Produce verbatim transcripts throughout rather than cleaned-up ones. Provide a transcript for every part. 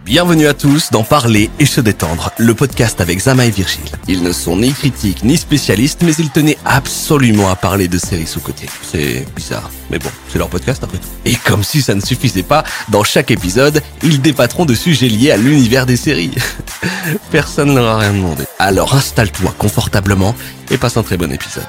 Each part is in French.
Bienvenue à tous dans Parler et se détendre, le podcast avec Zama et Virgile. Ils ne sont ni critiques ni spécialistes, mais ils tenaient absolument à parler de séries sous-cotées. C'est bizarre, mais bon, c'est leur podcast après tout. Et comme si ça ne suffisait pas, dans chaque épisode, ils débattront de sujets liés à l'univers des séries. Personne ne leur a rien demandé. Alors installe-toi confortablement et passe un très bon épisode.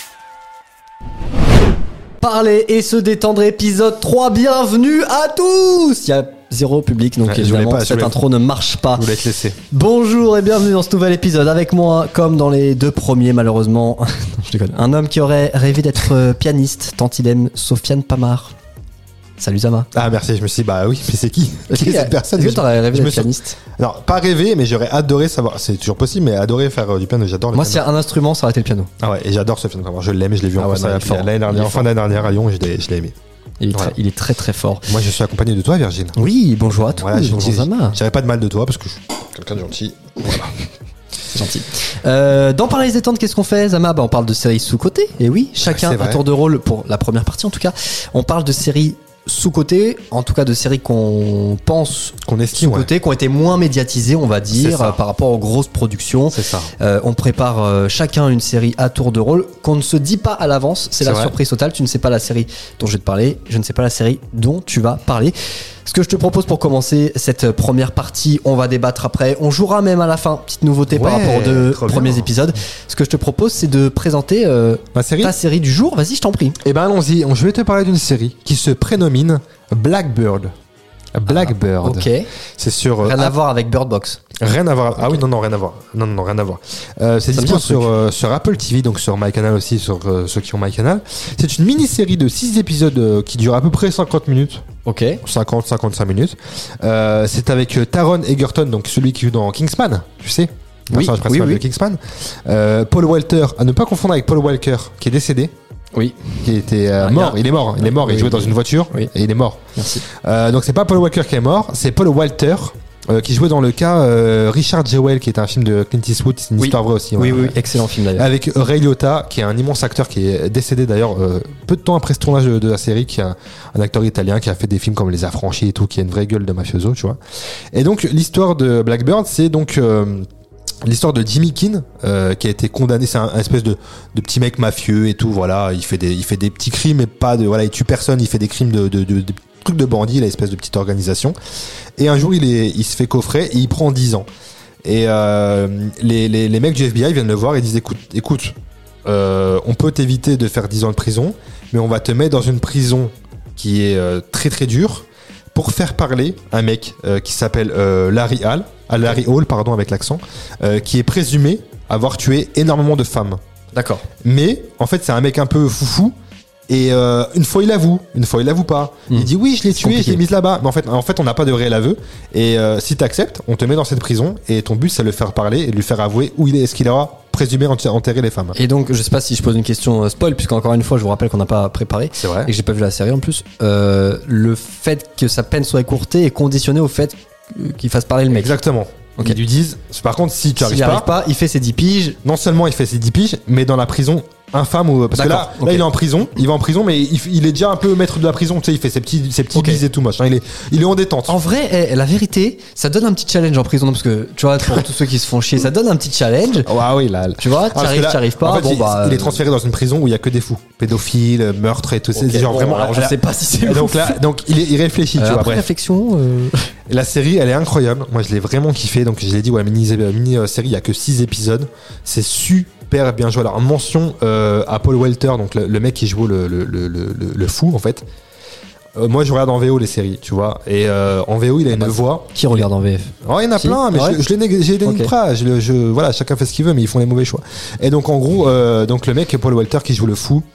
Parler et se détendre, épisode trois, bienvenue à tous. Il y a zéro public, donc ouais, évidemment pas, cette intro ne marche pas. Je voulais te laisser. Bonjour et bienvenue dans ce nouvel épisode. Avec moi, comme dans les deux premiers malheureusement, je déconne, un homme qui aurait rêvé d'être pianiste tant il aime Sofiane Pamar. Salut Zama. Ah merci, je me suis dit bah oui, mais c'est qui Qui est cette personne? Est-ce que t'aurais rêvé d'être pianiste? Non, pas rêvé, mais j'aurais adoré savoir. C'est toujours possible, mais adoré faire euh, du piano. J'adore le Moi, piano. s'il y a un instrument, ça aurait été le piano. Ah ouais, et j'adore ce piano. Je l'aime, je l'ai vu ah en ouais, concert non, l'année dernière, en fin d'année dernière à Lyon, et je l'ai, je l'ai aimé. Il est, très, ouais. il est très très fort. Moi, je suis accompagné de toi, Virgile. Oui, bonjour à tous. Voilà, bonjour Zama. J'avais pas de mal de toi parce que je suis quelqu'un de gentil. Voilà. C'est gentil. Euh, dans Parler et se détendre, qu'est-ce qu'on fait, Zama? Bah, on parle de séries sous-cotées. Et oui, chacun à tour de rôle pour la première partie en tout cas. On parle de séries sous-côté, en tout cas de séries qu'on pense qu'on estime sous-côté, ouais. qui ont été moins médiatisées, on va dire, euh, par rapport aux grosses productions. C'est ça. Euh, on prépare euh, chacun une série à tour de rôle qu'on ne se dit pas à l'avance. C'est, c'est la vrai. Surprise totale. Tu ne sais pas la série dont je vais te parler. Je ne sais pas la série dont tu vas parler. Ce que je te propose pour commencer cette première partie, on va débattre après. On jouera même à la fin. Petite nouveauté ouais, par rapport aux deux premiers bien. épisodes. Ce que je te propose, c'est de présenter euh, Ma série ta série du jour. Vas-y, je t'en prie. Eh ben, allons-y. Je vais te parler d'une série qui se prénomine Blackbird. Blackbird. Ah, ok. C'est sur. Rien euh, à voir avec Bird Box. Rien à voir. Ah oui, non, non, rien à voir. Non, non, non rien à voir. Euh, c'est disponible sur, euh, sur Apple T V, donc sur MyCanal aussi, sur euh, ceux qui ont MyCanal. C'est une mini-série de six épisodes euh, qui dure à peu près cinquante minutes. Ok. cinquante à cinquante-cinq minutes. Euh, c'est avec euh, Taron Egerton, donc celui qui joue dans Kingsman, tu sais. Oui, oui, oui. de Kingsman. Euh, Paul Walter, à ne pas confondre avec Paul Walker, qui est décédé. Oui. Qui était euh, mort. Il est mort. Il est mort. Il oui, jouait oui. dans une voiture. Oui. Et il est mort. Merci. Euh, donc c'est pas Paul Walker qui est mort, c'est Paul Walter. Euh, qui jouait dans le cas euh, Richard Jewell, qui est un film de Clint Eastwood, c'est une oui. histoire vraie aussi. Oui, ouais. oui, excellent film d'ailleurs. Avec Ray Liotta, qui est un immense acteur qui est décédé d'ailleurs euh, peu de temps après ce tournage de, de la série, qui est un, un acteur italien qui a fait des films comme Les Affranchis et tout, qui a une vraie gueule de mafioso, tu vois. Et donc l'histoire de Blackbird, c'est donc euh, l'histoire de Jimmy Keane, euh, qui a été condamné. C'est un, un espèce de, de petit mec mafieux et tout. Voilà, il fait des, il fait des petits crimes, mais pas de, voilà, il tue personne. Il fait des crimes de, de, de, de truc de bandit, la espèce de petite organisation. Et un jour, il est, il se fait coffrer et il prend dix ans. Et euh, les, les, les mecs du F B I viennent le voir et disent écoute, écoute, euh, on peut t'éviter de faire dix ans de prison, mais on va te mettre dans une prison qui est euh, très très dure pour faire parler un mec euh, qui s'appelle euh, Larry Hall, euh, Larry Hall, pardon, avec l'accent, euh, qui est présumé avoir tué énormément de femmes. D'accord. Mais en fait, c'est un mec un peu foufou. Et euh, une fois il avoue, une fois il avoue pas. Mmh. Il dit oui, je l'ai c'est tué, compliqué. Je l'ai mise là-bas. Mais en fait, en fait, on n'a pas de réel aveu. Et euh, si t'acceptes, on te met dans cette prison. Et ton but, c'est de le faire parler et de lui faire avouer où il est, est-ce qu'il aura présumé enterrer les femmes. Et donc, je sais pas si je pose une question spoil, puisqu'encore une fois, je vous rappelle qu'on n'a pas préparé. C'est vrai. Et que j'ai pas vu la série en plus. Euh, le fait que sa peine soit écourtée est conditionné au fait qu'il fasse parler le mec. Exactement. Okay. Ils lui disent, par contre, si tu arrives pas, pas, il fait ses dix piges. Non seulement il fait ses dix piges, mais dans la prison infâme ou parce D'accord, que là, okay. là il est en prison, il va en prison, mais il, il est déjà un peu maître de la prison. Tu sais, il fait ses petits, ses petits okay. bises et tout machin. Il est, il est en détente. En vrai, eh, la vérité, ça donne un petit challenge en prison, parce que tu vois, pour tous ceux qui se font chier, ça donne un petit challenge. Oh, ah oui, là, là. Tu vois, tu arrives, tu arrives pas. En fait, bon il, bah, il est transféré dans une prison où il y a que des fous, pédophiles, meurtres et tout. Okay, c'est genre bon, vraiment. Alors, je sais pas si c'est. Donc là, donc il, est, il réfléchit. Euh, tu vois. Après réflexion. Euh... La série, elle est incroyable. Moi, je l'ai vraiment kiffé. Donc, je l'ai dit, ouais, mini, mini euh, série, il y a que six épisodes. C'est super bien joué. Alors, mention euh, à Paul Walter, donc le, le mec qui joue le, le, le, le, le fou, en fait. Euh, moi, je regarde en V O les séries, tu vois. Et euh, en V O, il a une bah, voix. Qui regarde en V F? Oh, il y en a si plein, mais ouais. je, je les j'ai des okay. pas. Je, je, voilà, chacun fait ce qu'il veut, mais ils font les mauvais choix. Et donc, en gros, euh, donc le mec, Paul Walter, qui joue le fou,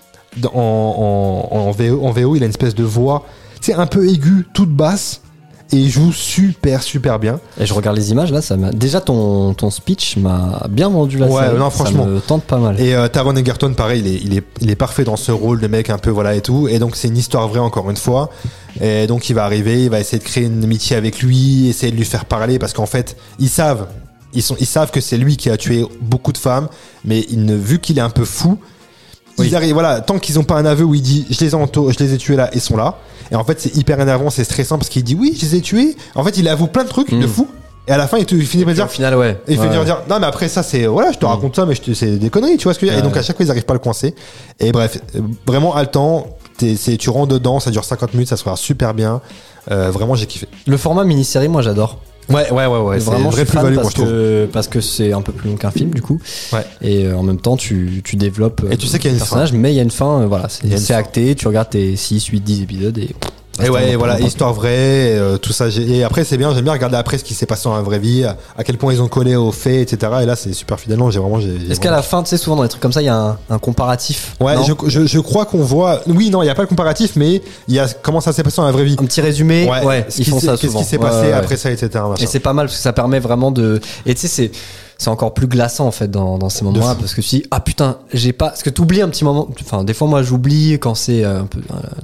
en, en, en, V O, en V O, il a une espèce de voix, tu sais, un peu aiguë, toute basse. Et il joue super super bien. Et je regarde les images là, ça m'a déjà ton ton speech m'a bien vendu la ouais, série. Non, franchement, ça me tente pas mal. Et euh, Taron Egerton, pareil, il est il est il est parfait dans ce rôle de mec un peu voilà et tout. Et donc c'est une histoire vraie encore une fois. Et donc il va arriver, il va essayer de créer une amitié avec lui, essayer de lui faire parler parce qu'en fait ils savent ils sont ils savent que c'est lui qui a tué beaucoup de femmes, mais il ne vu qu'il est un peu fou. ils arrivent, voilà, tant qu'ils ont pas un aveu où il dit je les ai ento- je les ai tués là, ils sont là. Et en fait, c'est hyper énervant, c'est stressant parce qu'il dit oui, je les ai tués. En fait, il avoue plein de trucs mmh. de fou. Et à la fin, il, te, il finit par dire. Au final, ouais. Et il ouais, finit par ouais. dire non, mais après ça, c'est voilà, je te mmh. raconte ça, mais je te, c'est des conneries, tu vois ce que je veux dire. Ouais. Et donc à chaque fois, ils arrivent pas à le coincer. Et bref, vraiment haletant. T'es, c'est, tu rentres dedans, ça dure cinquante minutes, ça se regarde super bien. Euh, vraiment, j'ai kiffé. Le format mini-série, moi, j'adore. Ouais, ouais, ouais, ouais. Vraiment, c'est je suis fan plus-value, parce moi, je que parce que c'est un peu plus long qu'un film, du coup. Ouais. Et euh, en même temps, tu tu développes. Et tu sais qu'il y a une personnage, fin. mais il y a une fin. Euh, voilà, c'est, c'est fin. acté. Tu regardes tes six, huit, dix épisodes et. Et ouais, et voilà, histoire vraie, euh, tout ça. J'ai... Et après, c'est bien, j'aime bien regarder après ce qui s'est passé dans la vraie vie, à, à quel point ils ont collé aux faits, et cetera. Et là, c'est super fidèlement. J'ai vraiment. J'ai, j'ai Est-ce vraiment... qu'à la fin, tu sais, souvent dans les trucs comme ça, il y a un, un comparatif? Ouais, je, je, je crois qu'on voit. Oui, non, il y a pas le comparatif, mais il y a comment ça s'est passé dans la vraie vie. Un petit résumé. Ouais, ouais ils font ça qu'est-ce souvent. Qu'est-ce qui s'est ouais, passé ouais, après ouais. ça, et cetera. Et c'est pas mal parce que ça permet vraiment de. Et tu sais, c'est. C'est encore plus glaçant en fait dans, dans ces moments-là parce que tu dis ah putain j'ai pas parce que t'oublies un petit moment enfin des fois moi j'oublie quand c'est euh, un peu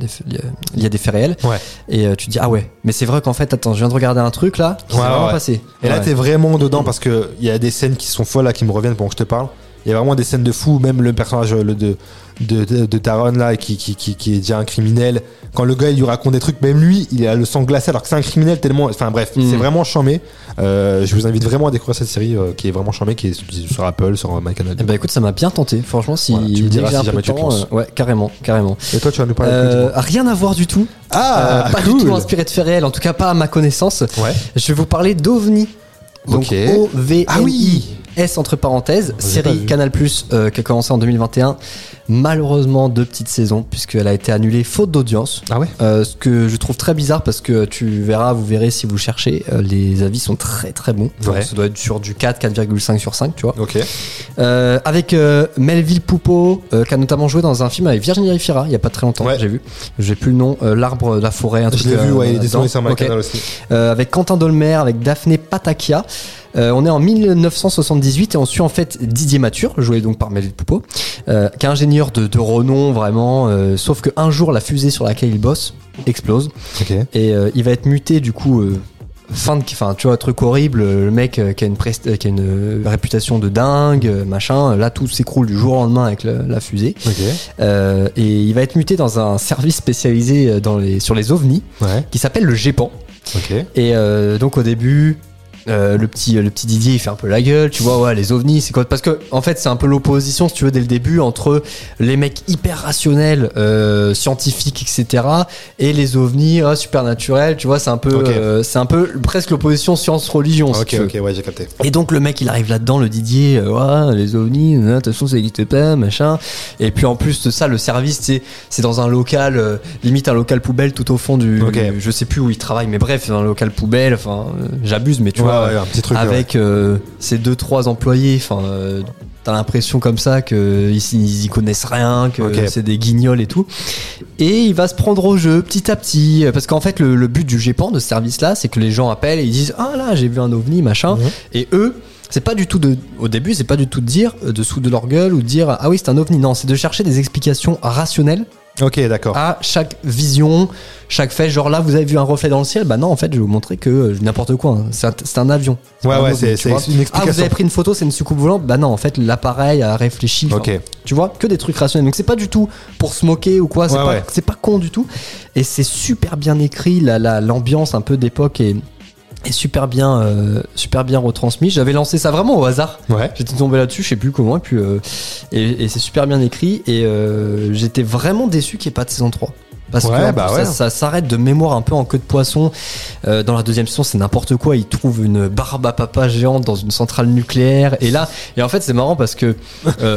il y a des faits réels ouais. et euh, tu te dis ah ouais mais c'est vrai qu'en fait attends je viens de regarder un truc là qui ouais, s'est vraiment ouais. passé et là ouais. t'es vraiment dedans parce que il y a des scènes qui sont folles là qui me reviennent pendant que je te parle. Il y a vraiment des scènes de fou, même le personnage le de de, de, de Taron là qui, qui qui qui est déjà un criminel. Quand le gars il lui raconte des trucs, même lui il a le sang glacé alors que c'est un criminel tellement. Enfin bref, mmh. c'est vraiment charmé. Euh, je vous invite vraiment à découvrir cette série euh, qui est vraiment charmée, qui est sur Apple, sur MyCanal. Eh ben écoute, ça m'a bien tenté. Franchement, si ouais, tu me diras si jamais tu te lances. Euh, ouais, carrément, carrément. Et toi, tu vas nous parler euh, de rien à voir du tout. Ah, euh, pas cool. du tout inspiré de faits réels, en tout cas pas à ma connaissance. Ouais. Je vais vous parler d'OVNI. Donc okay. O V N I. Ah oui. S entre parenthèses, série Canal Plus euh, qui a commencé en deux mille vingt et un. Malheureusement deux petites saisons puisqu'elle a été annulée faute d'audience. Ah ouais. Euh, ce que je trouve très bizarre parce que tu verras, vous verrez si vous cherchez, euh, les avis sont très très bons. Ouais. Ça doit être sur du quatre, quatre virgule cinq sur cinq, tu vois. Ok. Euh, avec euh, Melville Poupeau euh, qui a notamment joué dans un film avec Virginie Efira il y a pas très longtemps. Ouais. J'ai vu. J'ai plus le nom. Euh, L'arbre de la forêt. Un truc, je l'ai euh, vu. Ouais, il est descendu sur okay. MyCanal aussi. Euh, avec Quentin Dolmer, avec Daphné Patakia. Euh, on est en dix-neuf cent soixante-dix-huit et on suit en fait Didier Mathur, joué donc par Melville Poupeau, euh, qui est ingénieur de, de renom vraiment, euh, sauf qu'un jour la fusée sur laquelle il bosse explose okay. et euh, il va être muté du coup. Euh, fin de, enfin tu vois truc horrible, le mec euh, qui a une prest- qui a une euh, réputation de dingue, euh, machin. Là tout s'écroule du jour au lendemain avec le, la fusée. Okay. Euh, et il va être muté dans un service spécialisé dans les sur les ovnis, ouais. qui s'appelle le GEPAN. Okay. Et euh, donc au début. Euh, le petit le petit Didier il fait un peu la gueule, tu vois, ouais, les ovnis c'est quoi, parce que en fait c'est un peu l'opposition si tu veux dès le début entre les mecs hyper rationnels, euh, scientifiques, etc., et les ovnis oh, super naturels, tu vois, c'est un peu okay. euh, c'est un peu presque l'opposition science religion. Ok si ok ouais j'ai capté. Et donc le mec il arrive là-dedans, le Didier, euh, ouais, les ovnis, de toute façon ça n'existe pas, machin. Et puis en plus de ça le service c'est c'est dans un local euh, limite un local poubelle tout au fond du, okay. du je sais plus où il travaille, mais bref dans un local poubelle, enfin euh, j'abuse mais tu ouais, vois. Ouais, un petit truc, avec ouais. euh, ces deux trois employés, enfin euh, t'as l'impression comme ça que ils, ils y connaissent rien, que okay. c'est des guignols et tout. Et il va se prendre au jeu petit à petit, parce qu'en fait le, le but du GEPAN, de ce service-là, c'est que les gens appellent et ils disent ah là j'ai vu un ovni machin, mmh. et eux c'est pas du tout de, au début c'est pas du tout de dire dessous de leur gueule ou de dire ah oui c'est un ovni, non c'est de chercher des explications rationnelles. Ok, d'accord. À chaque vision, chaque fait, genre là vous avez vu un reflet dans le ciel, bah non en fait je vais vous montrer que euh, n'importe quoi, hein. c'est, un, c'est un avion. C'est ouais un ouais ovni, c'est, c'est une explication. Ah vous avez pris une photo, c'est une soucoupe volante, bah non en fait l'appareil a réfléchi. Ok. Tu vois, que des trucs rationnels, donc c'est pas du tout pour se moquer ou quoi, c'est, ouais, pas, ouais. c'est pas con du tout, et c'est super bien écrit, la, la, l'ambiance un peu d'époque est... est super bien euh, super bien retransmis. J'avais lancé ça vraiment au hasard, ouais. j'étais tombé là-dessus, je sais plus comment, et puis euh, et, et c'est super bien écrit, et euh, j'étais vraiment déçu qu'il n'y ait pas de saison trois. Parce ouais, que bah ça, ouais. ça s'arrête de mémoire un peu en queue de poisson. Euh, dans la deuxième saison, c'est n'importe quoi. Ils trouvent une barbe à papa géante dans une centrale nucléaire. Et là, et en fait, c'est marrant parce que euh,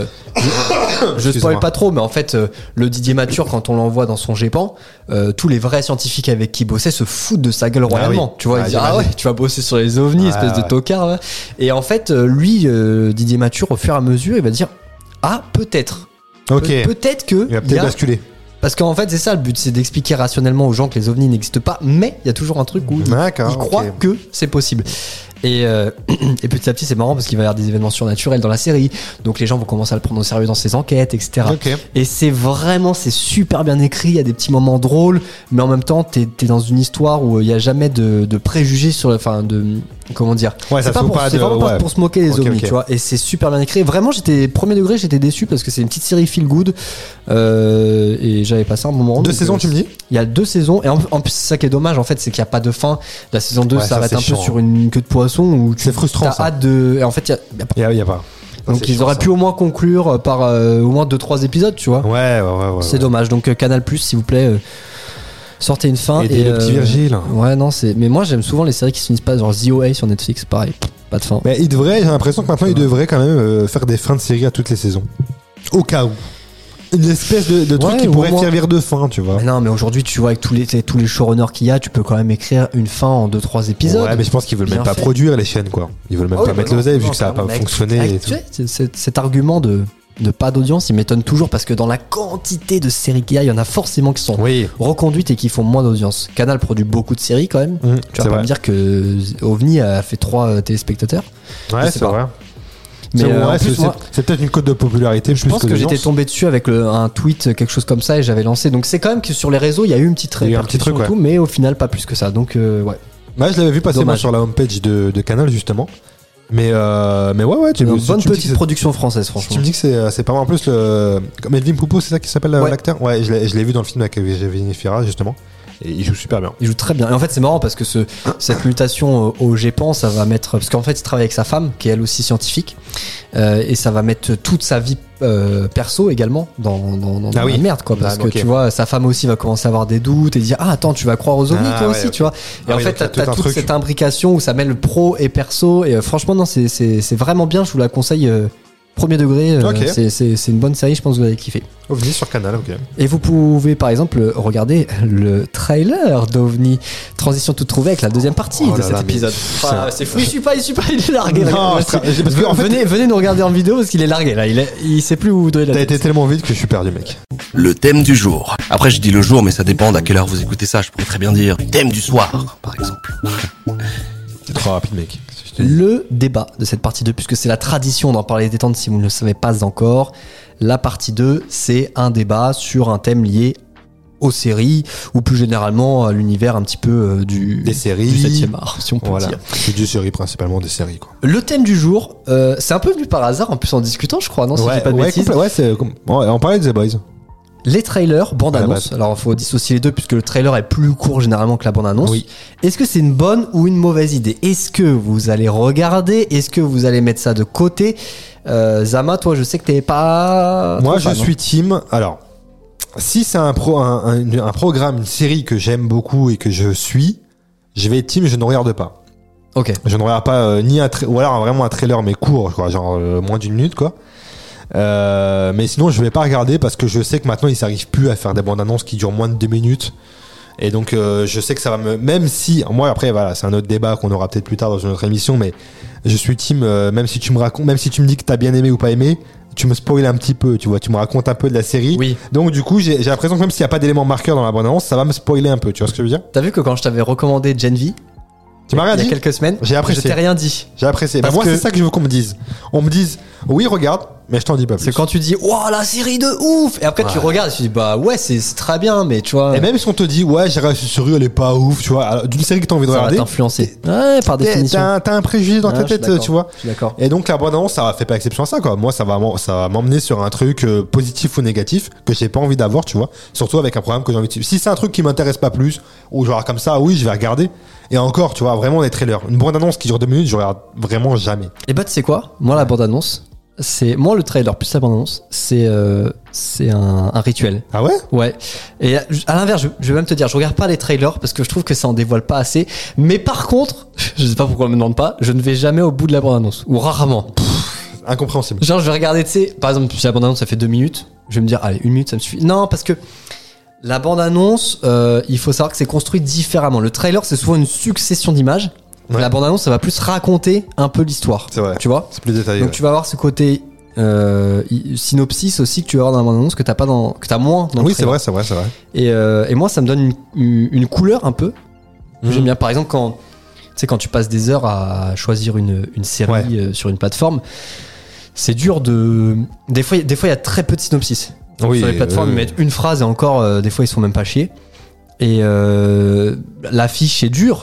je, je spoil pas trop, mais en fait, euh, le Didier Mathur, quand on l'envoie dans son GEPAN, euh, tous les vrais scientifiques avec qui il bossait se foutent de sa gueule royalement. Ah oui. Tu vois, ah, ils disent ah ouais, tu vas bosser sur les ovnis, ouais, espèce ouais. de tocard. Là. Et en fait, lui, euh, Didier Mathur, au fur et à mesure, il va dire ah peut-être. Ok. Pe- peut-être que il va peut-être y a... basculer. Parce qu'en fait, c'est ça le but, c'est d'expliquer rationnellement aux gens que les ovnis n'existent pas, mais il y a toujours un truc où ils, ils croient okay. que c'est possible. Et, euh, et petit à petit, c'est marrant parce qu'il va y avoir des événements surnaturels dans la série, donc les gens vont commencer à le prendre au sérieux dans ses enquêtes, et cetera. Okay. Et c'est vraiment, c'est super bien écrit, il y a des petits moments drôles, mais en même temps, t'es, t'es dans une histoire où il n'y a jamais de, de préjugés sur, enfin, de, comment dire. Ouais, ça c'est pas, se pour, pas c'est de- vraiment pas ouais. pour se moquer des Ok, ovnis, ok. tu vois. Et c'est super bien écrit. Vraiment, j'étais premier degré, j'étais déçu parce que c'est une petite série feel good euh, et j'avais passé un moment. Deux donc, saisons, euh, tu me dis? Il y a deux saisons et en, en plus c'est ça qui est dommage en fait, c'est qu'il n'y a pas de fin. La saison deux Ouais, ça, s'arrête c'est un peu chiant. sur une queue de poisson où tu C'est frustrant, as ça. hâte de. Et en fait, il y a, il y a pas. Il y a, il y a pas. Ça, Donc c'est ils chiant, auraient ça. pu au moins conclure par euh, au moins deux trois épisodes, tu vois. Ouais, ouais, ouais. ouais c'est ouais. dommage. Donc euh, Canal Plus, s'il vous plaît, euh, sortez une fin. Aidez et le petit Virgile. Ouais, non, c'est. Mais moi, j'aime souvent les séries qui se finissent pas, genre The O A sur Netflix, pareil, pas de fin. Mais il devrait, j'ai l'impression que maintenant il devrait quand même euh, faire des fins de série à toutes les saisons. Au cas où. Une espèce de, de truc Ouais, qui ou pourrait au moins- servir de fin, tu vois. Mais non, mais aujourd'hui, tu vois, avec tous les, tous les showrunners qu'il y a, tu peux quand même écrire une fin en deux trois épisodes. Ouais, mais je pense qu'ils veulent Bien même pas fait. produire les chaînes, quoi. Ils veulent même Ah oui, pas bah mettre non, l'oseille vu non, que ça a pas clairement, mais avec- fonctionné. avec- et tu tout. sais, c'est- c'est- cet argument de, de pas d'audience, il m'étonne toujours parce que dans la quantité de séries qu'il y a, il y en a forcément qui sont Oui, reconduites et qui font moins d'audience. Canal produit beaucoup de séries quand même. Mmh, Tu vas c'est pas vrai. me dire que OVNI a fait trois euh, téléspectateurs. Ouais, sais c'est pas. vrai. Mais C'est- euh, en ouais, plus, c'est moi, c'est- c'est peut-être une cote de popularité. je pense que j'étais tombé dessus avec le, un tweet, quelque chose comme ça, et j'avais lancé. Donc c'est quand même que sur les réseaux, il y a eu une petite Il y a eu un répercussion petit truc, et tout, mais au final, pas plus que ça. Donc euh, ouais. Ouais, je l'avais vu passer moi, Dommage. sur la homepage de, de Canal justement. Mais, euh, mais ouais, ouais, tu, Une si bonne tu me dis petite que production française, c'est- si franchement. tu me dis que c'est c'est pas mal en plus le. Melvin Poupeau, c'est ça qui s'appelle Ouais. l'acteur? Ouais, je l'ai je l'ai vu dans le film avec Virginie Fira justement. Et il joue super bien. Il joue très bien. Et en fait, c'est marrant parce que ce, cette mutation au G P A N, ça va mettre. Parce qu'en fait, il travaille avec sa femme, qui est elle aussi scientifique. Euh, et ça va mettre toute sa vie euh, perso également dans, dans, dans Ah la oui. merde, quoi. Parce Ah, que ok. tu vois, sa femme aussi va commencer à avoir des doutes et dire ah, attends, tu vas croire aux ovnis Ah, toi ouais, aussi, ok. tu vois. Et Ah en oui, fait, donc il y a t'as tout t'as un toute truc. cette imbrication où ça mêle pro et perso. Et euh, franchement, non, c'est c'est- c'est vraiment bien. Je vous la conseille. euh, Premier degré, euh, Ok. c'est- c'est c'est une bonne série, je pense que vous allez kiffer. OVNI sur Canal, ok. Et vous pouvez par exemple regarder le trailer d'OVNI. Transition toute trouvée avec la deuxième partie Oh de là cet là, mais épisode. putain. Ah, c'est fou, il suit pas, il suit pas, il est largué. là. Non, Voici. je- parce que, en fait- venez, venez nous regarder en vidéo parce qu'il est largué là. Il, est, il sait plus où vous donner la T'as tête. été tellement vite que je suis perdu, mec. Le thème du jour. Après, je dis le jour, mais ça dépend d'à quelle heure vous écoutez ça. Je pourrais très bien dire thème du soir, par exemple. C'est trop rapide, mec. Je te dis. Le débat de cette partie deux, puisque c'est la tradition d'en parler détente si vous ne le savez pas encore. La partie deux, c'est un débat sur un thème lié aux séries ou plus généralement à l'univers un petit peu euh, du, Des séries. du septième art, si on peut Voilà. dire. C'est des séries, principalement des séries, quoi. Le thème du jour, euh, c'est un peu venu par hasard, en plus en discutant, je crois, non, si je dis pas de ouais, bêtises. complet- ouais, c'est. comme- ouais, on parlait de The Boys. Les trailers, bande À la annonce. base. Alors, il faut dissocier les deux puisque le trailer est plus court généralement que la bande annonce. Oui. Est-ce que c'est une bonne ou une mauvaise idée? Est-ce que vous allez regarder? Est-ce que vous allez mettre ça de côté? Euh, Zama, toi, je sais que t'es pas. Moi, trop je fan, hein. suis team. Alors, si c'est un, pro, un, un, un programme, une série que j'aime beaucoup et que je suis, je vais être team, je ne regarde pas. Ok. Je ne regarde pas euh, ni un tra- ou alors vraiment un trailer, mais court, quoi, genre euh, moins d'une minute, quoi. Euh, mais sinon, je vais pas regarder parce que je sais que maintenant, ils n'arrivent plus à faire des bandes annonces qui durent moins de deux minutes. Et donc, euh, je sais que ça va me. Même si. Moi, après, voilà, c'est un autre débat qu'on aura peut-être plus tard dans une autre émission, mais je suis team, euh, même si tu me racontes, même si tu me dis que t'as bien aimé ou pas aimé, tu me spoil un petit peu, tu vois, tu me racontes un peu de la série. Oui. Donc, du coup, j'ai j'ai l'impression que même s'il n'y a pas d'éléments marqueurs dans la bande annonce, ça va me spoiler un peu, tu vois ce que je veux dire? T'as vu que quand je t'avais recommandé Gen V, Tu m'as rien il y a dit? quelques semaines, J'ai apprécié. je t'ai rien dit. J'ai apprécié. Bah, Parce moi, que- c'est ça que je veux qu'on me dise. On me dise, oui, regarde, mais je t'en dis pas plus. C'est quand tu dis, waouh, la série de ouf! Et après, tu Ouais. regardes et tu dis, bah ouais, c'est c'est très bien, mais tu vois. Et même si on te dit, ouais, j'ai reçu sur rue, elle est pas ouf, tu vois, alors, d'une série que t'as envie de ça va regarder, t'influencer. Ouais, par t'es- définition. t'as un- t'as un préjugé dans Ah, ta je suis tête, d'accord. tu vois. Je suis d'accord. Et donc la bande annonce, ça fait pas exception à ça, quoi. Moi, ça va, m'en- ça va m'emmener sur un truc euh, positif ou négatif que j'ai pas envie d'avoir, tu vois. Surtout avec un programme que j'ai envie de suivre. Si c'est un truc qui m'intéresse pas plus, ou genre comme ça, oui, je vais regarder. Et encore, tu vois, vraiment des trailers. Une bande annonce qui dure deux minutes, je regarde vraiment jamais. Et bah, tu sais quoi? Moi, la bande-annonce, c'est. Moi, le trailer plus la bande-annonce, c'est euh, c'est un, un rituel. Ah ouais? Ouais. Et à, à l'inverse, je, je vais même te dire, je regarde pas les trailers parce que je trouve que ça en dévoile pas assez. Mais par contre, je sais pas pourquoi on me demande pas, je ne vais jamais au bout de la bande-annonce. Ou rarement. Incompréhensible. Genre, je vais regarder, tu sais, par exemple, si la bande-annonce, ça fait deux minutes, je vais me dire, allez, une minute, ça me suffit. Non, parce que. La bande-annonce, euh, il faut savoir que c'est construit différemment. Le trailer, c'est souvent une succession d'images. Ouais. La bande-annonce, ça va plus raconter un peu l'histoire. C'est vrai. Tu vois? C'est plus détaillé. Donc ouais. tu vas avoir ce côté euh, i- synopsis aussi que tu vas avoir dans la bande-annonce que t'as pas dans, que t'as moins dans le Oui, c'est trailer. vrai, c'est vrai, c'est vrai. Et, euh, et moi, ça me donne une, une, une couleur un peu. que Mhm. J'aime bien. Par exemple, quand tu sais, quand tu passes des heures à choisir une, une série Ouais. euh, sur une plateforme, c'est dur de. Des fois, des fois, il y a très peu de synopsis. Oui, Sur les plateformes, euh, ils mettent une phrase et encore, euh, des fois, ils sont même pas chiés. Et euh, l'affiche est dure.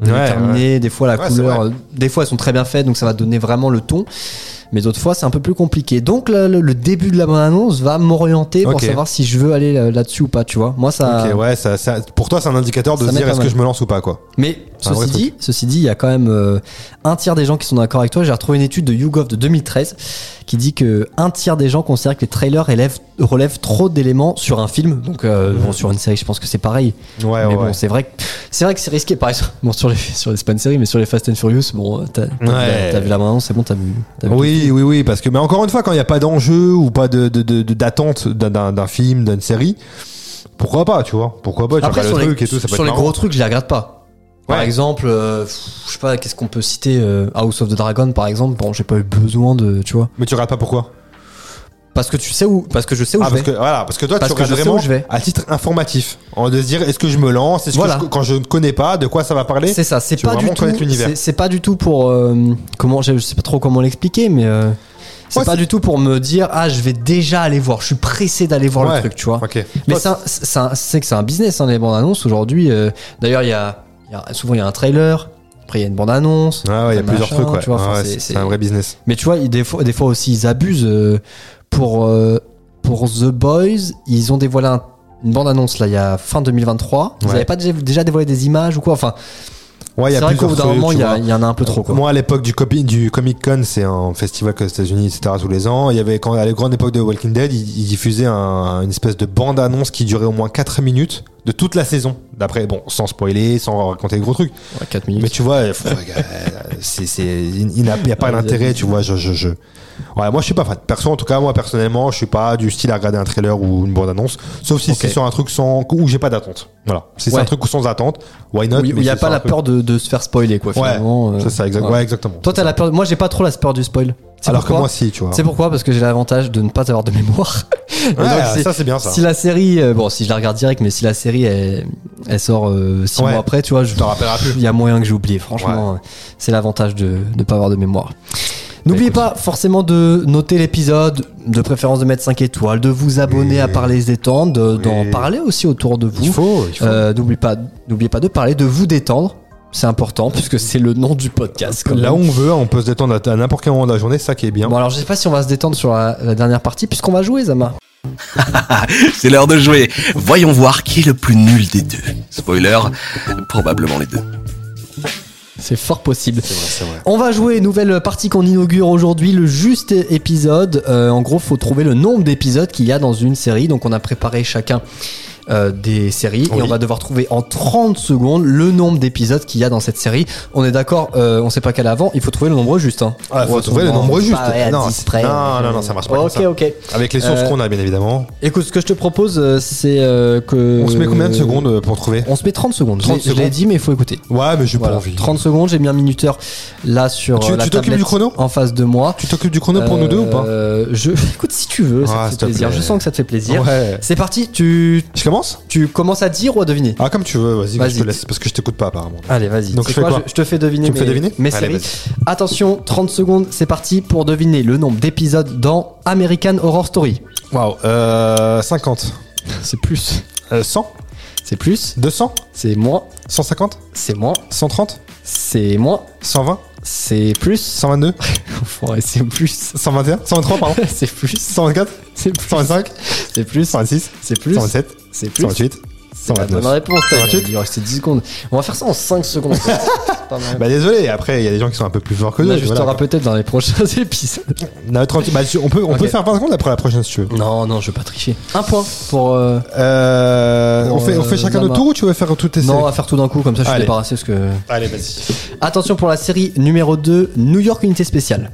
déterminées. Ouais. Des fois, la ouais, couleur, des fois, elles sont très bien faites, donc ça va donner vraiment le ton. Mais d'autres fois, c'est un peu plus compliqué. Donc, le, le, le début de la bande-annonce va m'orienter pour okay. savoir si je veux aller là-dessus ou pas, tu vois. Moi, ça. Ok, ouais, ça, ça, pour toi, c'est un indicateur de se dire est-ce que je me lance ou pas, quoi. Mais ceci dit, ceci dit, il y a quand même euh, un tiers des gens qui sont d'accord avec toi. J'ai retrouvé une étude de YouGov de deux mille treize qui dit que un tiers des gens considèrent que les trailers élèvent, relèvent trop d'éléments sur un film. Donc, euh, mmh. bon, sur une série, je pense que c'est pareil. Ouais, mais ouais. bon, c'est vrai que c'est vrai que c'est risqué. Par exemple, bon, sur les, sur les, c'est pas une série, mais sur les Fast and Furious, bon, t'as, t'as, ouais. t'as vu la bande-annonce, c'est bon, t'as vu. T'as vu oui, oui, oui, parce que, mais encore une fois, quand il n'y a pas d'enjeu ou pas de, de, de, de d'attente d'un, d'un film, d'une série, pourquoi pas, tu vois? Pourquoi pas? Tu Après, sur le les, truc et tout, ça peut sur être les marrant. gros trucs, je les regarde pas. Par ouais. exemple, euh, je sais pas, qu'est-ce qu'on peut citer euh, House of the Dragon, par exemple. Bon, j'ai pas eu besoin de, tu vois. Mais tu regardes pas pourquoi? Parce que tu sais où, parce que je sais où ah, je parce vais. Que, voilà, parce que toi, parce tu regardes vraiment à titre informatif, en de se dire est-ce que je me lance, est-ce voilà. que je, quand je ne connais pas, de quoi ça va parler. C'est ça, c'est tu pas du tout. C'est, c'est pas du tout pour euh, comment, je sais pas trop comment l'expliquer, mais. Euh, C'est ouais, pas c'est... du tout pour me dire ah je vais déjà aller voir, je suis pressé d'aller voir ouais. le truc, tu vois. Okay. Mais Toi, c'est, c'est, un, c'est que c'est un business hein, les bandes annonces aujourd'hui. Euh, d'ailleurs il y a, y a souvent il y a un trailer, après il y a une bande annonce. Ah ouais, il y a plusieurs trucs. Ouais. Tu vois, ah ouais, c'est, c'est, c'est... c'est un vrai business. Mais tu vois des fois des fois aussi ils abusent euh, pour euh, pour The Boys ils ont dévoilé un, une bande annonce là il y a fin deux mille vingt-trois. Ils ouais. avaient pas déjà dévoilé des images ou quoi enfin. Ouais, il y a c'est vrai qu'au bout d'un moment, il y, y en a un peu trop. Quoi. Moi, à l'époque du, copi- du Comic Con, c'est un festival aux États-Unis, et cetera, tous les ans. Il y avait, quand, à la grande époque de Walking Dead, ils, ils diffusaient un, une espèce de bande-annonce qui durait au moins quatre minutes de toute la saison. D'après, bon, sans spoiler, sans raconter de gros trucs. Ouais, quatre minutes. Mais tu vois, faut, c'est, c'est, il n'y a, a pas ah, d'intérêt, tu vois, je, je, je. Ouais, moi je suis pas fan. Perso, en tout cas, moi personnellement, je suis pas du style à regarder un trailer ou une bande-annonce, sauf si okay. c'est sur un truc sans où j'ai pas d'attente. Voilà. Si ouais. c'est un truc sans attente, why not? Où il y a pas la peur de, de se faire spoiler, quoi. Finalement. Ouais, c'est ça, exact. Ouais. ouais, exactement. Toi, t'as la peur. Moi, j'ai pas trop la peur du spoil. C'est Alors pourquoi que moi, si, tu vois. C'est pourquoi? Parce que j'ai l'avantage de ne pas avoir de mémoire. Ouais, donc, c'est, ça c'est bien ça. Si la série, euh, bon, si je la regarde direct, mais si la série elle, elle sort euh, six ouais. mois après, tu vois, je t'en rappellerai plus. Il y a moyen que j'ai oublié. Franchement, ouais. c'est l'avantage de ne pas avoir de mémoire. N'oubliez bah, pas forcément de noter l'épisode, de préférence de mettre cinq étoiles, de vous abonner oui. à Parler se détendre, de, oui. d'en parler aussi autour de vous. Il faut, il faut. Euh, n'oubliez pas, n'oubliez pas de parler, de vous détendre. C'est important puisque c'est le nom du podcast. Là où on veut, on peut se détendre à n'importe quel moment de la journée, c'est ça qui est bien. Bon alors je sais pas si on va se détendre sur la, la dernière partie puisqu'on va jouer, Zama. C'est l'heure de jouer. Voyons voir qui est le plus nul des deux. Spoiler, probablement les deux. C'est fort possible. C'est vrai, c'est vrai. On va jouer une nouvelle partie qu'on inaugure aujourd'hui, le juste épisode. Euh, en gros, faut trouver le nombre d'épisodes qu'il y a dans une série. Donc, on a préparé chacun euh, des séries oui. et on va devoir trouver en trente secondes le nombre d'épisodes qu'il y a dans cette série. On est d'accord, euh, on sait pas quel avant. Il faut trouver le nombre juste. Hein. Ah, il faut trouver le nombre juste. Non, près, non, non, non, ça marche pas. Ok, comme ça. ok. Avec les sources euh, qu'on a, bien évidemment. Écoute, ce que je te propose, c'est euh, que. On se met combien de secondes pour trouver? On se met trente secondes. trente je, secondes. je l'ai dit, mais il faut écouter. Ouais, mais j'ai voilà. pas envie. trente secondes, j'ai mis un minuteur là sur tu, la tu t'occupes du chrono en face de moi. Tu t'occupes du chrono pour euh, nous deux ou pas? je... Écoute, si tu veux, ça ah, te fait plaisir. Plaît. Je sens que ça te fait plaisir. Ouais. C'est parti, tu. Je commence? Tu commences à dire ou à deviner? Ah, comme tu veux, vas-y, vas-y. Je te laisse parce que je t'écoute pas apparemment. Allez, vas-y. Donc, je fais quoi, quoi je, je te fais deviner tu me mes, fais deviner mes Allez, séries. Vas-y. Attention, trente secondes, c'est parti pour deviner le nombre d'épisodes dans American Horror Story. Waouh, euh, cinquante. C'est plus. Euh, cent. C'est plus. deux cents. C'est moins. cent cinquante. C'est moins. cent trente. C'est moins. cent vingt. C'est plus. cent vingt-deux. Ouais, c'est plus. cent vingt et un. cent vingt-trois, pardon. C'est plus. cent vingt-quatre. C'est plus. cent vingt-cinq. C'est plus. cent vingt-six. C'est plus. cent vingt-sept. C'est plus. cent vingt-huit. C'est la bonne réponse. Il reste dix secondes. On va faire ça en cinq secondes. Bah désolé, après il y a des gens qui sont un peu plus forts que nous. On ajustera voilà. peut-être dans les prochains épisodes. Non, trente, bah, on peut, on okay. peut faire vingt secondes après la prochaine si tu veux. Non, non, je veux pas tricher. Un point pour. Euh, euh, pour on, fait, on fait chacun notre tour ou tu veux faire toutes tes séries? Non, on va faire tout d'un coup, comme ça je suis Allez. débarrassé. Parce que... Allez, vas-y. Attention pour la série numéro deux, New York Unité Spéciale.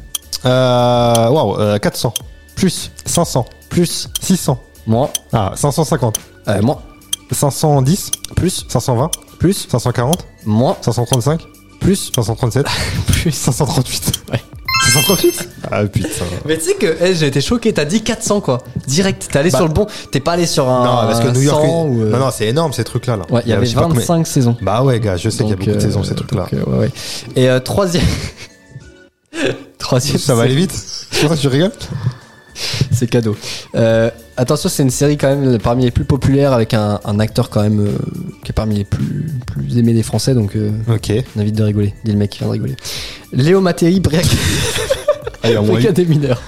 Euh. Waouh, euh, quatre cents. Plus. cinq cents. Plus. six cents. Moins. Ah, cinq cent cinquante. Euh, moins. cinq cent dix. Plus. cinq cent vingt. Plus. cinq cent quarante. Moins. cinq cent trente-cinq. Plus. cinq cent trente-sept. Plus. cinq cent trente-huit. Ouais. cinq cent trente-huit. Ah putain. Mais tu sais que hey, j'ai été choqué, t'as dit quatre cents quoi. Direct, t'es allé bah, sur le bon. T'es pas allé sur un. Non, parce que New York. Ou euh... Non, non, c'est énorme ces trucs-là. Là. Ouais, il y avait vingt-cinq saisons. Bah ouais, gars, je sais donc, qu'il y a beaucoup de saisons ces euh, trucs-là. Donc, euh, ouais, ouais. Et euh, troisième. troisième. Ça va aller vite. C'est pour ça que tu rigoles. C'est cadeau. Euh, attention, c'est une série quand même parmi les plus populaires avec un, un acteur quand même euh, qui est parmi les plus, plus aimés des Français. Donc, euh, Ok. on évite de rigoler. Dis le mec qui vient de rigoler. Léo Mattei, Briac. Allez, au moins Briac des mineurs.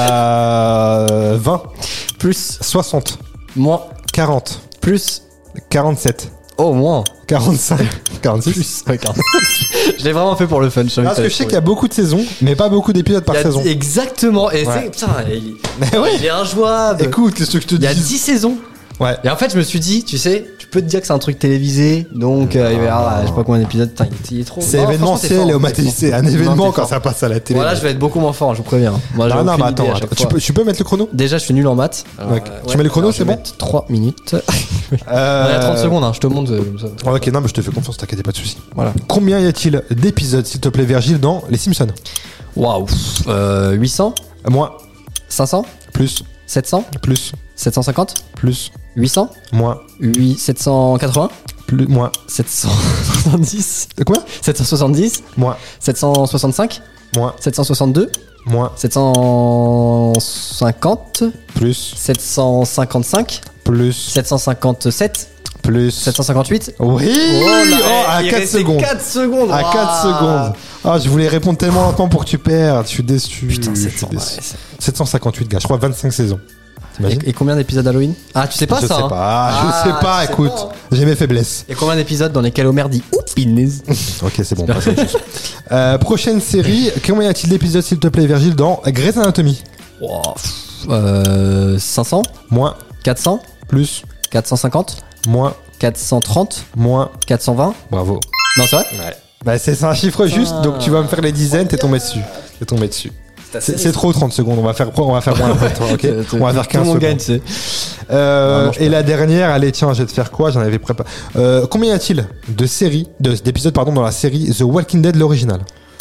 Euh, vingt, Plus, soixante, moins, quarante, plus, quarante-sept, oh, moins. quarante-cinq, quarante-six. Plus. Ouais, quarante. Je l'ai vraiment fait pour le fun. Parce que je sais qu'il y a beaucoup de saisons, mais pas beaucoup d'épisodes par Il y a- saison. Exactement. Et Ouais. c'est, putain, il, Mais ouais. il est injouable. Écoute, qu'est-ce que je te Il y a dis dix saisons. Ouais. Et en fait, je me suis dit, tu sais, tu peux te dire que c'est un truc télévisé, donc euh, il va y avoir, je sais pas combien d'épisodes, putain, il est trop. C'est Non, événementiel, franchement, t'es Léo fort, Mattei, t'es c'est fort. un Non, événement t'es quand fort. ça passe à la télé. Voilà, je vais être beaucoup moins fort, je vous préviens. Moi, j'ai Non, non, aucune mais idée attends, à chaque attends. Tu fois. peux, tu peux mettre le chrono Déjà, je suis nul en maths. Alors, Ok. euh, Tu mets le chrono, alors, je c'est vais bon mettre trois minutes. euh... Il y a trente secondes, hein, je te montre. euh, ça. Ok, non, mais je te fais confiance, t'inquiète pas de soucis. Voilà. Combien y a-t-il d'épisodes, s'il te plaît, Virgile, dans Les Simpsons? Waouh. Euh, huit cents, Moins, cinq cents, plus, sept cents, plus, sept cent cinquante, plus, huit cents, moins, huit- sept cent quatre-vingts, plus, moins. sept cent soixante-dix, De quoi? sept cent soixante-dix, Moins, sept cent soixante-cinq, moins, sept cent soixante-deux, moins, sept cent cinquante, plus, sept cent cinquante-cinq, plus, sept cent cinquante-sept, plus. sept cent cinquante-huit. Oui! Oh, là, Oh, à il quatre restait secondes. quatre secondes. À quatre Waouh. secondes. Ah, je voulais répondre tellement lentement pour que tu perdes. Je suis déçu. Putain, Je suis sept cents. déçu. ouais, c'est- sept cent cinquante-huit, gars. Je crois vingt-cinq saisons. T'imagines? Et, et combien d'épisodes Halloween? Ah, tu sais pas Je ça sais hein pas. Ah, je sais pas, tu sais écoute. pas. J'ai mes faiblesses. Et combien d'épisodes dans lesquels Homer dit oups, punaise. Ok, c'est bon. passe à autre chose. Euh, prochaine série. Combien y a-t-il d'épisodes, s'il te plaît, Virgile, dans Grey's Anatomy? Wow, pff, euh, cinq cents, Moins, quatre cents, plus, quatre cent cinquante, moins, quatre cent trente, moins. quatre cent vingt. Bravo. Non, c'est vrai? Bah, c'est c'est un chiffre juste, donc tu vas me faire les dizaines, t'es tombé dessus. T'es tombé dessus. C'est c'est trop trente secondes, on va faire, on va faire moins après toi, ok? On va faire Tout le quinze monde secondes. gagne, tu sais. Euh, Non, non, je et la dernière, allez, tiens, je vais te faire quoi? J'en avais préparé. Euh, combien y a-t-il de séries, de- d'épisodes, pardon, dans la série The Walking Dead, l'original?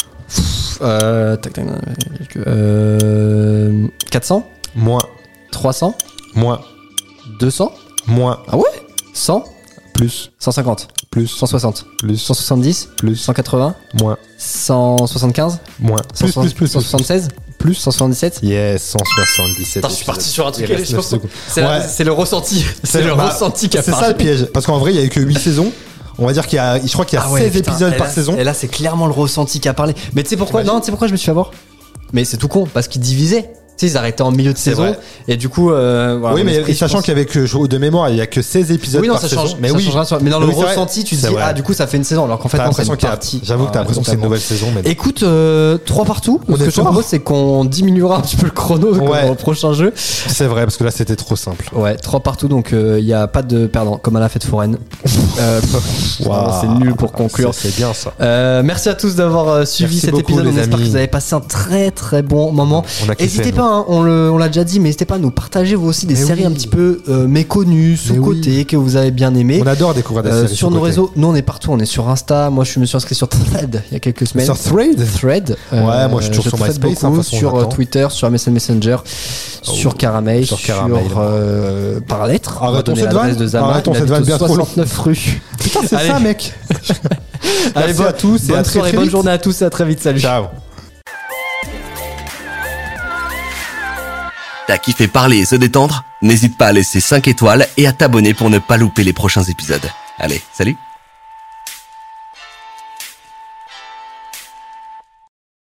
Euh, tac, tac, tac, euh, quatre cents, Moins, trois cents, moins, deux cents. moins, Ah ouais? cent, plus, cent cinquante, plus, cent soixante, plus, cent soixante-dix, plus, cent quatre-vingts, moins, cent soixante-quinze, moins, plus, cent plus, plus, cent soixante-seize, plus. cent soixante-dix-sept. Yes, cent soixante-dix-sept. Putain, je suis parti sur un truc. Il reste je neuf pense que secondes. C'est la- Ouais. c'est le ressenti. C'est le bah, ressenti qui a C'est parlé. ça le piège. Parce qu'en vrai, il y a eu que huit saisons. On va dire qu'il y a, je crois qu'il y a Ah ouais, seize putain. épisodes Et par là, saison. Et là, c'est clairement le ressenti qui a parlé. Mais tu sais pourquoi? T'imagines Non, tu sais pourquoi je me suis fait avoir? Mais c'est tout con, parce qu'ils divisaient. Tu sais, ils arrêtaient en milieu de C'est saison. vrai. Et du coup, euh, voilà, Oui, mon mais esprit, et je sachant pense- qu'il y avait que, je- de mémoire, il y a que seize épisodes Oui, non, par ça saison. change. Mais ça oui. changera sur- Mais dans le Oui, c'est vrai. ressenti, tu te C'est dis, vrai. ah, du coup, ça fait une saison. Alors qu'en fait, T'as non, c'est l'impression une qu'il y a, partie. j'avoue que t'as Ah, l'impression que c'est une totalement. nouvelle saison, mais Écoute, euh, trois partout. On Ce est que je te fort. propose, c'est qu'on diminuera un petit peu le chrono Ouais. au prochain jeu. c'est vrai, parce que là, c'était trop simple. Ouais, trois partout, donc il n'y a pas de perdant, comme à la fête foraine. Euh, vraiment, c'est nul pour conclure. C'est c'est bien ça. Euh, merci à tous d'avoir euh, suivi Merci cet beaucoup, épisode. les On espère amis. que vous avez passé un très très bon moment. On a kiffé, N'hésitez nous. pas, hein, on le- on l'a déjà dit, mais n'hésitez pas à nous partager vous aussi des Mais séries oui. un petit peu euh, méconnues, sous-côté, que vous avez bien aimé. On adore découvrir des Euh, séries sur nos sous-côté. réseaux, nous on est partout, on est sur Insta. Moi je me suis inscrit sur Thread il y a quelques semaines. Sur Thread. Thread. Ouais, moi, je suis toujours sur thread MySpace, hein, beaucoup, de toute façon, sur euh, j'attends. Twitter, sur M S N Messenger, sur Caramel, sur sur, Caramel. euh, par lettre. On va Arrêtons donner cette l'adresse vanne. de Zama. Arrêtons il cette habite vanne au bien trop long. soixante-neuf rue. Putain, c'est Allez. ça, mec. Allez, Merci bonne- à tous et bonne à très, soirée, très bonne vite. journée à tous et à très vite. Salut. Ciao. T'as kiffé parler et se détendre? N'hésite pas à laisser cinq étoiles et à t'abonner pour ne pas louper les prochains épisodes. Allez, salut!